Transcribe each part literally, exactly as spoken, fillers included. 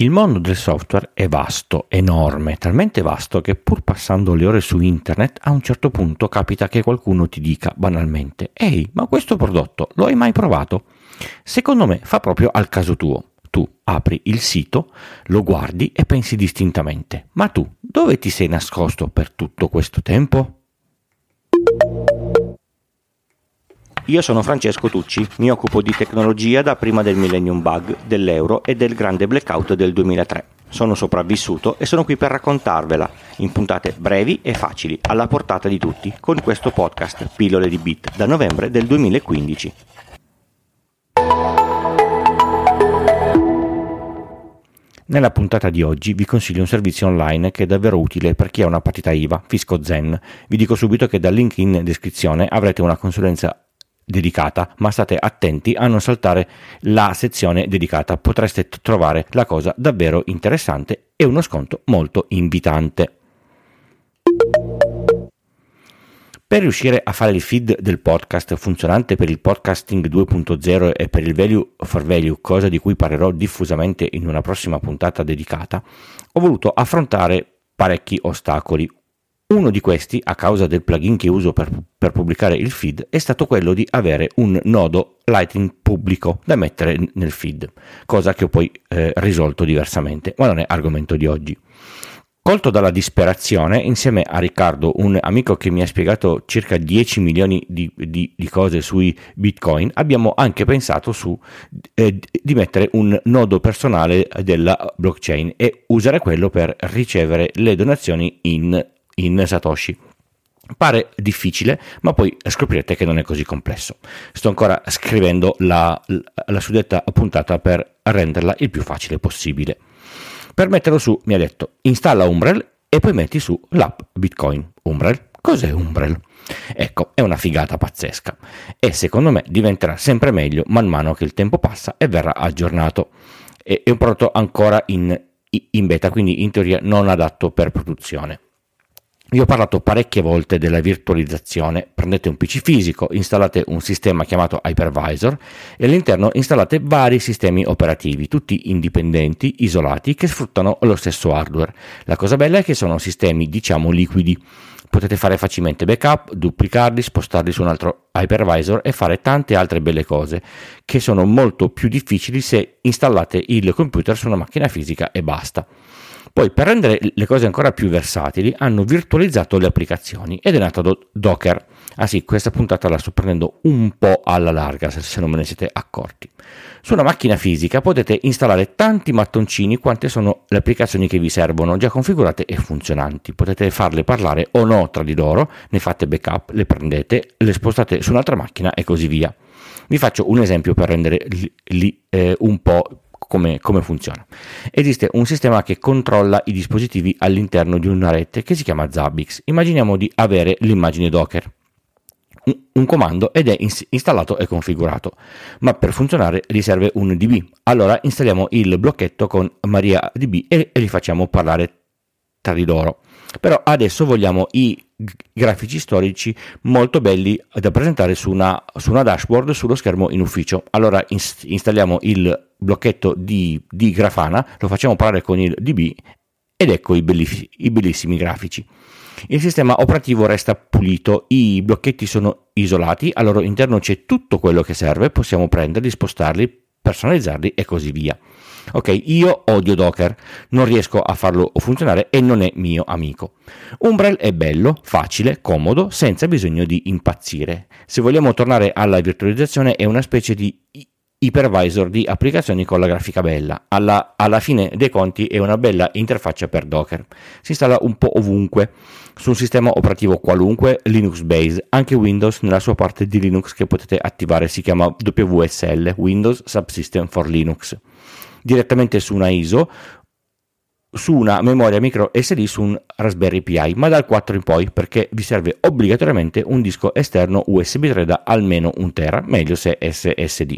Il mondo del software è vasto, enorme, talmente vasto che pur passando le ore su internet a un certo punto capita che qualcuno ti dica banalmente: «Ehi, ma questo prodotto lo hai mai provato?» Secondo me fa proprio al caso tuo. Tu apri il sito, lo guardi e pensi distintamente: «Ma tu dove ti sei nascosto per tutto questo tempo?» Io sono Francesco Tucci, mi occupo di tecnologia da prima del Millennium Bug, dell'euro e del grande blackout del duemilatré. Sono sopravvissuto e sono qui per raccontarvela, in puntate brevi e facili, alla portata di tutti, con questo podcast Pillole di Bit, da novembre del duemilaquindici. Nella puntata di oggi vi consiglio un servizio online che è davvero utile per chi ha una partita I V A, Fisco Zen. Vi dico subito che dal link in descrizione avrete una consulenza dedicata, ma state attenti a non saltare la sezione dedicata, potreste t- trovare la cosa davvero interessante e uno sconto molto invitante. Per riuscire a fare il feed del podcast funzionante per il podcasting due punto zero e per il value for value, cosa di cui parlerò diffusamente in una prossima puntata dedicata, ho voluto affrontare parecchi ostacoli. Uno di questi, a causa del plugin che uso per, per pubblicare il feed, è stato quello di avere un nodo Lightning pubblico da mettere nel feed, cosa che ho poi eh, risolto diversamente, ma non è argomento di oggi. Colto dalla disperazione, insieme a Riccardo, un amico che mi ha spiegato circa dieci milioni di, di, di cose sui Bitcoin, abbiamo anche pensato su eh, di mettere un nodo personale della blockchain e usare quello per ricevere le donazioni in in Satoshi. Pare difficile, ma poi scoprirete che non è così complesso. Sto ancora scrivendo la, la suddetta puntata per renderla il più facile possibile. Per metterlo su mi ha detto: installa Umbrel e poi metti su l'app Bitcoin. Umbrel? Cos'è Umbrel? Ecco, è una figata pazzesca e secondo me diventerà sempre meglio man mano che il tempo passa e verrà aggiornato. È un prodotto ancora in, in beta, quindi in teoria non adatto per produzione. Vi ho parlato parecchie volte della virtualizzazione. Prendete un P C fisico, installate un sistema chiamato hypervisor e all'interno installate vari sistemi operativi, tutti indipendenti, isolati, che sfruttano lo stesso hardware. La cosa bella è che sono sistemi, diciamo, liquidi. Potete fare facilmente backup, duplicarli, spostarli su un altro hypervisor e fare tante altre belle cose che sono molto più difficili se installate il computer su una macchina fisica e basta. Poi, per rendere le cose ancora più versatili, hanno virtualizzato le applicazioni ed è nato do- Docker. Ah sì, questa puntata la sto prendendo un po' alla larga, se non me ne siete accorti. Su una macchina fisica potete installare tanti mattoncini quante sono le applicazioni che vi servono, già configurate e funzionanti. Potete farle parlare o no tra di loro, ne fate backup, le prendete, le spostate su un'altra macchina e così via. Vi faccio un esempio per rendere li, li, eh, un po' Come, come funziona. Esiste un sistema che controlla i dispositivi all'interno di una rete che si chiama Zabbix. Immaginiamo di avere l'immagine Docker, un, un comando ed è ins- installato e configurato, ma per funzionare gli serve un D B. Allora installiamo il blocchetto con MariaDB e, e li facciamo parlare tra di loro. Però adesso vogliamo i grafici storici molto belli da presentare su una, su una dashboard sullo schermo in ufficio. Allora ins- installiamo il blocchetto di, di Grafana, lo facciamo parlare con il D B ed ecco i, bellifi- i bellissimi grafici. Il sistema operativo resta pulito, i blocchetti sono isolati, al loro interno c'è tutto quello che serve, possiamo prenderli, spostarli, personalizzarli e così via. Ok, io odio Docker, non riesco a farlo funzionare e non è mio amico. Umbrel è bello, facile, comodo, senza bisogno di impazzire. Se vogliamo tornare alla virtualizzazione è una specie di hypervisor di applicazioni con la grafica bella. Alla, alla fine dei conti è una bella interfaccia per Docker. Si installa un po' ovunque, su un sistema operativo qualunque, Linux base, anche Windows nella sua parte di Linux che potete attivare si chiama W S L, Windows Subsystem for Linux. Direttamente su una I S O, su una memoria micro S D, su un Raspberry Pi, ma dal quattro in poi, perché vi serve obbligatoriamente un disco esterno U S B tre da almeno un tera, meglio se S S D.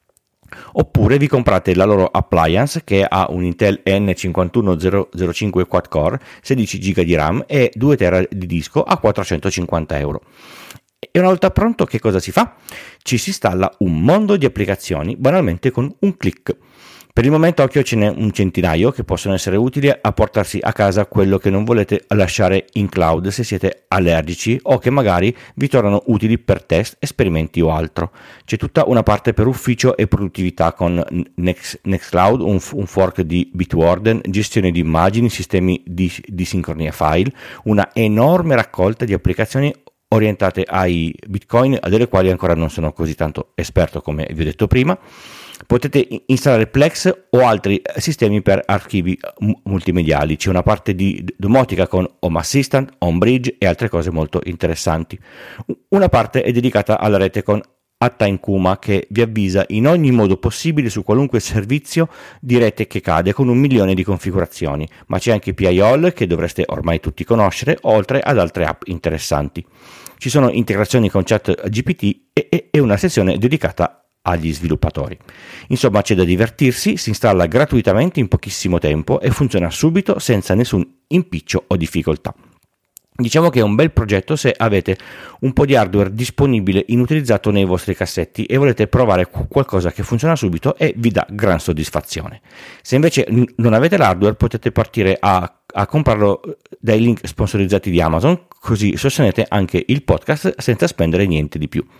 Oppure vi comprate la loro appliance che ha un Intel N cinque uno zero zero cinque quad core, sedici giga di RAM e due tera di disco a quattrocentocinquanta euro. E una volta pronto che cosa si fa? Ci si installa un mondo di applicazioni banalmente con un click. Per il momento occhio, ce n'è un centinaio che possono essere utili a portarsi a casa quello che non volete lasciare in cloud se siete allergici o che magari vi tornano utili per test, esperimenti o altro. C'è tutta una parte per ufficio e produttività con Next, Nextcloud, un, un fork di Bitwarden, gestione di immagini, sistemi di, di sincronia file, una enorme raccolta di applicazioni orientate ai Bitcoin, delle quali ancora non sono così tanto esperto come vi ho detto prima. Potete installare Plex o altri sistemi per archivi multimediali. C'è una parte di domotica con Home Assistant, HomeBridge e altre cose molto interessanti. Una parte è dedicata alla rete con Atta-Incuma, che vi avvisa in ogni modo possibile su qualunque servizio di rete che cade con un milione di configurazioni. Ma c'è anche P I O L, che dovreste ormai tutti conoscere, oltre ad altre app interessanti. Ci sono integrazioni con ChatGPT e, e, e una sezione dedicata agli sviluppatori. Insomma, c'è da divertirsi, si installa gratuitamente in pochissimo tempo e funziona subito senza nessun impiccio o difficoltà. Diciamo che è un bel progetto se avete un po' di hardware disponibile inutilizzato nei vostri cassetti e volete provare qualcosa che funziona subito e vi dà gran soddisfazione. Se invece n- non avete l'hardware, potete partire a, a comprarlo dai link sponsorizzati di Amazon, così sostenete anche il podcast senza spendere niente di più.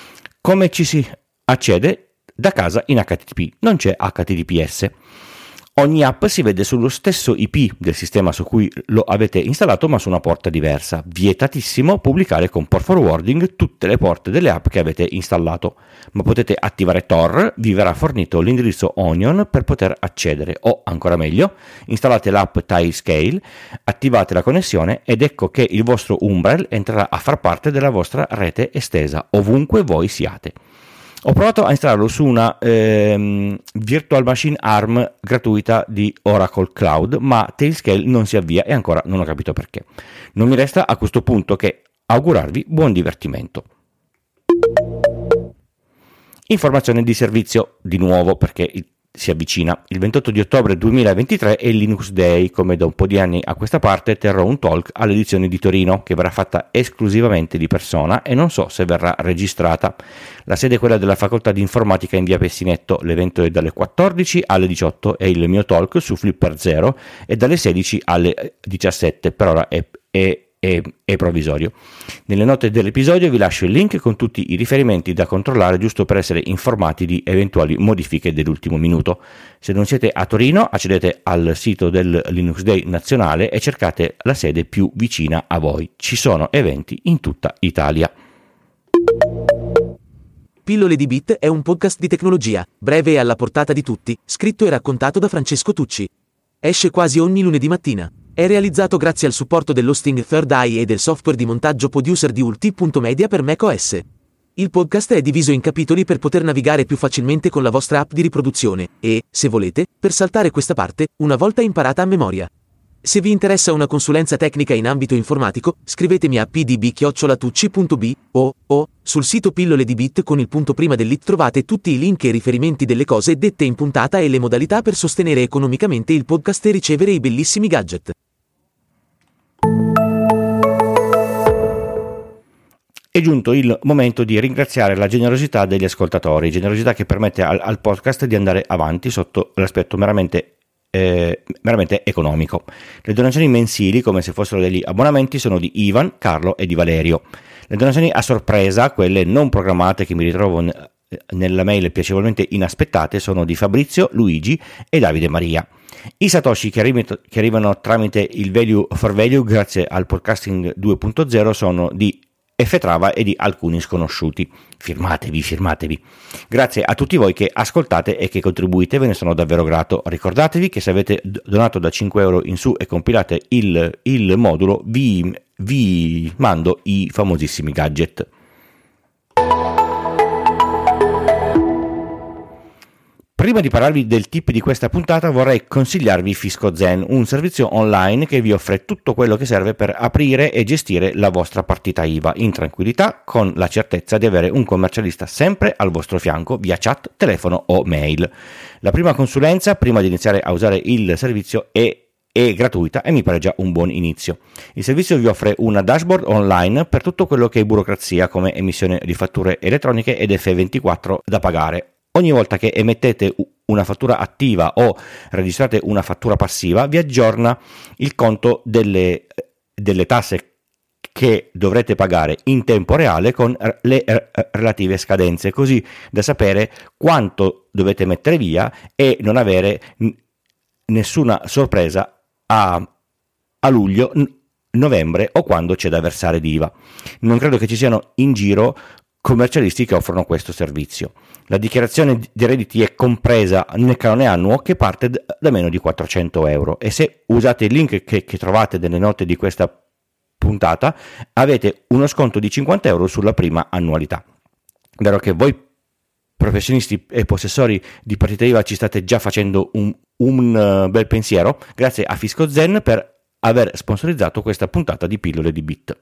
Come ci si accede? Da casa in H T T P, non c'è H T T P S. Ogni app si vede sullo stesso I P del sistema su cui lo avete installato, ma su una porta diversa. Vietatissimo pubblicare con port forwarding tutte le porte delle app che avete installato, ma potete attivare Tor, vi verrà fornito l'indirizzo Onion per poter accedere, o ancora meglio, installate l'app Tilescale, attivate la connessione ed ecco che il vostro Umbrel entrerà a far parte della vostra rete estesa, ovunque voi siate. Ho provato a installarlo su una ehm, Virtual Machine ARM gratuita di Oracle Cloud, ma Tailscale non si avvia e ancora non ho capito perché. Non mi resta a questo punto che augurarvi buon divertimento. Informazione di servizio di nuovo, perché il si avvicina. Il ventotto di ottobre duemilaventitré è il Linux Day. Come da un po' di anni a questa parte terrò un talk all'edizione di Torino che verrà fatta esclusivamente di persona e non so se verrà registrata. La sede è quella della facoltà di informatica in via Pessinetto. L'evento è dalle quattordici alle diciotto e il mio talk su Flipper Zero è dalle sedici alle diciassette. Per ora è, è È, è provvisorio. Nelle note dell'episodio vi lascio il link con tutti i riferimenti da controllare, giusto per essere informati di eventuali modifiche dell'ultimo minuto. Se non siete a Torino, accedete al sito del Linux Day nazionale e cercate la sede più vicina a voi. Ci sono eventi in tutta Italia. Pillole di Bit è un podcast di tecnologia, breve e alla portata di tutti, scritto e raccontato da Francesco Tucci. Esce quasi ogni lunedì mattina. È realizzato grazie al supporto dell'hosting Third Eye e del software di montaggio producer di ulti punto media per macOS. Il podcast è diviso in capitoli per poter navigare più facilmente con la vostra app di riproduzione e, se volete, per saltare questa parte, una volta imparata a memoria. Se vi interessa una consulenza tecnica in ambito informatico, scrivetemi a p d b chiocciola tucci punto b o, o, sul sito Pillole di Bit con il punto prima dell'it trovate tutti i link e riferimenti delle cose dette in puntata e le modalità per sostenere economicamente il podcast e ricevere i bellissimi gadget. È giunto il momento di ringraziare la generosità degli ascoltatori, generosità che permette al, al podcast di andare avanti sotto l'aspetto meramente, eh, meramente economico. Le donazioni mensili, come se fossero degli abbonamenti, sono di Ivan, Carlo e di Valerio. Le donazioni a sorpresa, quelle non programmate che mi ritrovo n- nella mail piacevolmente inaspettate, sono di Fabrizio, Luigi e Davide Maria. I satoshi che, arri- che arrivano tramite il Value for Value grazie al podcasting due punto zero sono di F Trava e di alcuni sconosciuti. Firmatevi, firmatevi. Grazie a tutti voi che ascoltate e che contribuite, ve ne sono davvero grato. Ricordatevi che se avete donato da cinque euro in su e compilate il, il modulo, vi, vi mando i famosissimi gadget. Prima di parlarvi del tip di questa puntata vorrei consigliarvi FiscoZen, un servizio online che vi offre tutto quello che serve per aprire e gestire la vostra partita I V A in tranquillità, con la certezza di avere un commercialista sempre al vostro fianco via chat, telefono o mail. La prima consulenza, prima di iniziare a usare il servizio, è è gratuita e mi pare già un buon inizio. Il servizio vi offre una dashboard online per tutto quello che è burocrazia, come emissione di fatture elettroniche ed F ventiquattro da pagare. Ogni volta che emettete una fattura attiva o registrate una fattura passiva, vi aggiorna il conto delle, delle tasse che dovrete pagare in tempo reale con le relative scadenze, così da sapere quanto dovete mettere via e non avere nessuna sorpresa a, a luglio, novembre o quando c'è da versare l'I V A. Non credo che ci siano in giro commercialisti che offrono questo servizio. La dichiarazione di redditi è compresa nel canone annuo che parte da meno di quattrocento euro, e se usate il link che, che trovate nelle note di questa puntata avete uno sconto di cinquanta euro sulla prima annualità. Vero che voi professionisti e possessori di partita I V A ci state già facendo un, un bel pensiero. Grazie a Fisco Zen per aver sponsorizzato questa puntata di Pillole di Bit.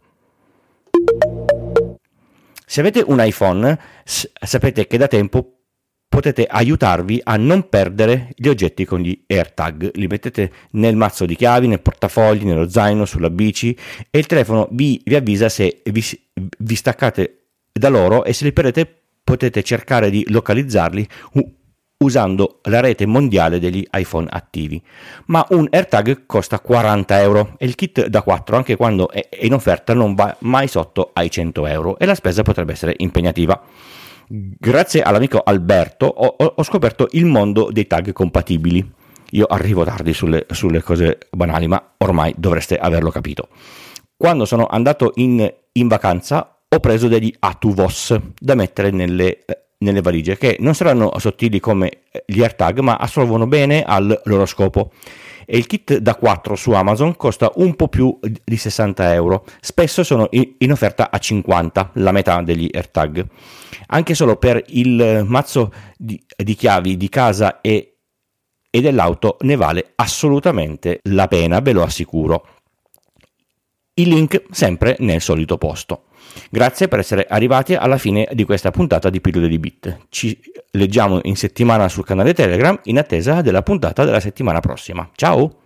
Se avete un iPhone, s- sapete che da tempo potete aiutarvi a non perdere gli oggetti con gli AirTag. Li mettete nel mazzo di chiavi, nel portafogli, nello zaino, sulla bici, e il telefono vi, vi avvisa se vi, vi staccate da loro, e se li perdete potete cercare di localizzarli u- usando la rete mondiale degli iPhone attivi. Ma un AirTag costa quaranta euro e il kit da quattro, anche quando è in offerta, non va mai sotto ai cento euro, e la spesa potrebbe essere impegnativa. Grazie all'amico Alberto ho, ho scoperto il mondo dei tag compatibili. Io arrivo tardi sulle, sulle cose banali, ma ormai dovreste averlo capito. Quando sono andato in, in vacanza ho preso degli Atuvos da mettere nelle, nelle valigie, che non saranno sottili come gli AirTag, ma assolvono bene al loro scopo. E il kit da quattro su Amazon costa un po' più di sessanta euro. Spesso sono in offerta a cinquanta, la metà degli AirTag. Anche solo per il mazzo di, di chiavi di casa e, e dell'auto ne vale assolutamente la pena, ve lo assicuro. Il link sempre nel solito posto. Grazie per essere arrivati alla fine di questa puntata di Pillole di Bit. Ci leggiamo in settimana sul canale Telegram in attesa della puntata della settimana prossima. Ciao!